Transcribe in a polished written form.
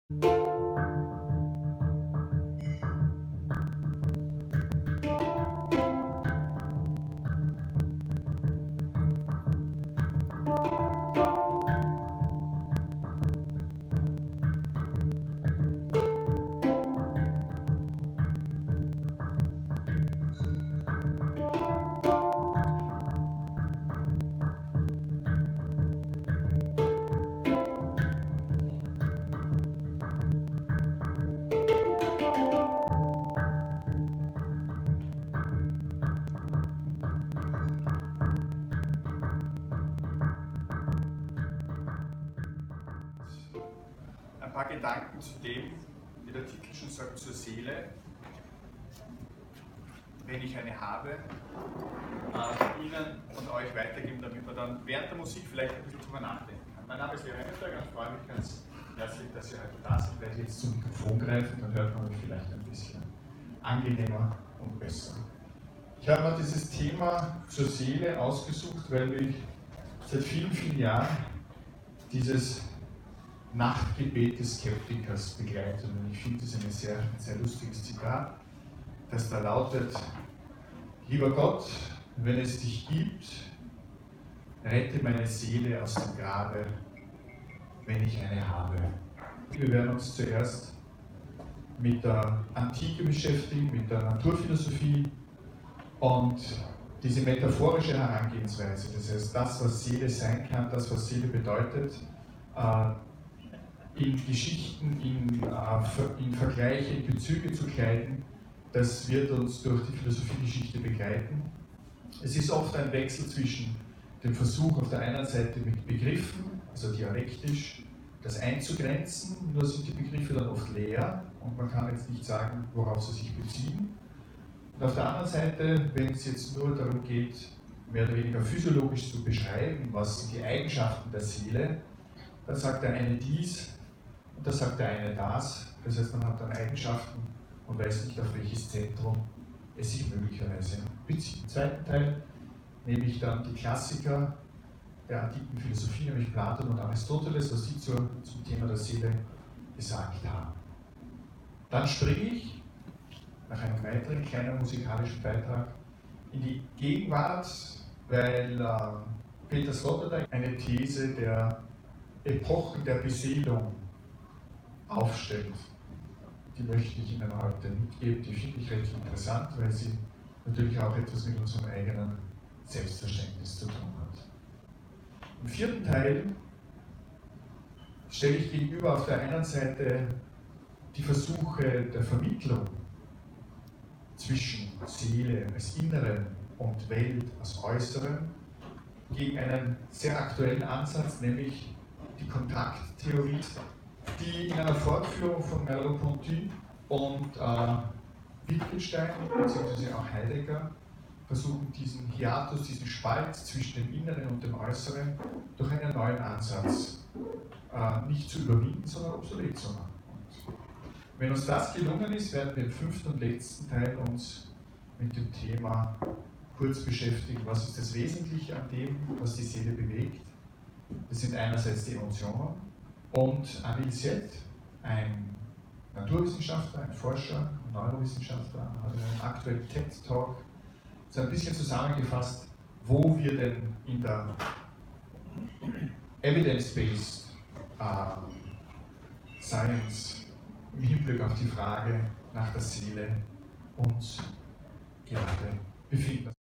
Ein paar Gedanken zu dem, wie der Titel schon sagt, zur Seele, wenn ich eine habe, Ihnen und euch weitergeben, damit wir dann während der Musik vielleicht ein bisschen drüber nachdenken kann. Mein Name ist Leo Hennenberger und ich freue mich ganz herzlich, dass ihr heute da seid. Ich werde jetzt zum Mikrofon greifen, dann hört man mich vielleicht ein bisschen angenehmer und besser. Ich habe mir dieses Thema zur Seele ausgesucht, weil ich seit vielen, vielen Jahren dieses Nachtgebet des Skeptikers begleitet. Und ich finde das ein sehr lustiges Zitat, das da lautet: Lieber Gott, wenn es dich gibt, rette meine Seele aus dem Grabe, wenn ich eine habe. Wir werden uns zuerst mit der Antike beschäftigen, mit der Naturphilosophie und diese metaphorische Herangehensweise, das heißt das, was Seele sein kann, das, was Seele bedeutet, in Geschichten, in Vergleiche, in Bezüge zu kleiden, das wird uns durch die Philosophiegeschichte begleiten. Es ist oft ein Wechsel zwischen dem Versuch auf der einen Seite mit Begriffen, also dialektisch, das einzugrenzen, nur sind die Begriffe dann oft leer und man kann jetzt nicht sagen, worauf sie sich beziehen. Und auf der anderen Seite, wenn es jetzt nur darum geht, mehr oder weniger physiologisch zu beschreiben, was sind die Eigenschaften der Seele, dann sagt der eine dies und da sagt der eine das. Das heißt, man hat dann Eigenschaften und weiß nicht, auf welches Zentrum es sich möglicherweise bezieht. Im zweiten Teil nehme ich dann die Klassiker der antiken Philosophie, nämlich Platon und Aristoteles, was sie zum Thema der Seele gesagt haben. Dann springe ich nach einem weiteren kleinen musikalischen Beitrag in die Gegenwart, weil Peter Sloterdijk eine These der Epochen der Beseelung aufstellt. Die möchte ich Ihnen heute mitgeben, die finde ich recht interessant, weil sie natürlich auch etwas mit unserem eigenen Selbstverständnis zu tun hat. Im vierten Teil stelle ich gegenüber auf der einen Seite die Versuche der Vermittlung zwischen Seele als Inneren und Welt als Äußeren gegen einen sehr aktuellen Ansatz, nämlich die Kontakttheorie, die in einer Fortführung von Merleau-Ponty und Wittgenstein bzw. auch Heidegger versuchen, diesen Hiatus, diesen Spalt zwischen dem Inneren und dem Äußeren durch einen neuen Ansatz nicht zu überwinden, sondern obsolet zu machen. Und wenn uns das gelungen ist, werden wir im fünften und letzten Teil uns mit dem Thema kurz beschäftigen, was ist das Wesentliche an dem, was die Seele bewegt. Das sind einerseits die Emotionen und Anne Ilseth, ein Naturwissenschaftler, ein Forscher, ein Neurowissenschaftler, hat in einem aktuellen TED-Talk so ein bisschen zusammengefasst, wo wir denn in der Evidence-Based Science im Hinblick auf die Frage nach der Seele uns gerade befinden.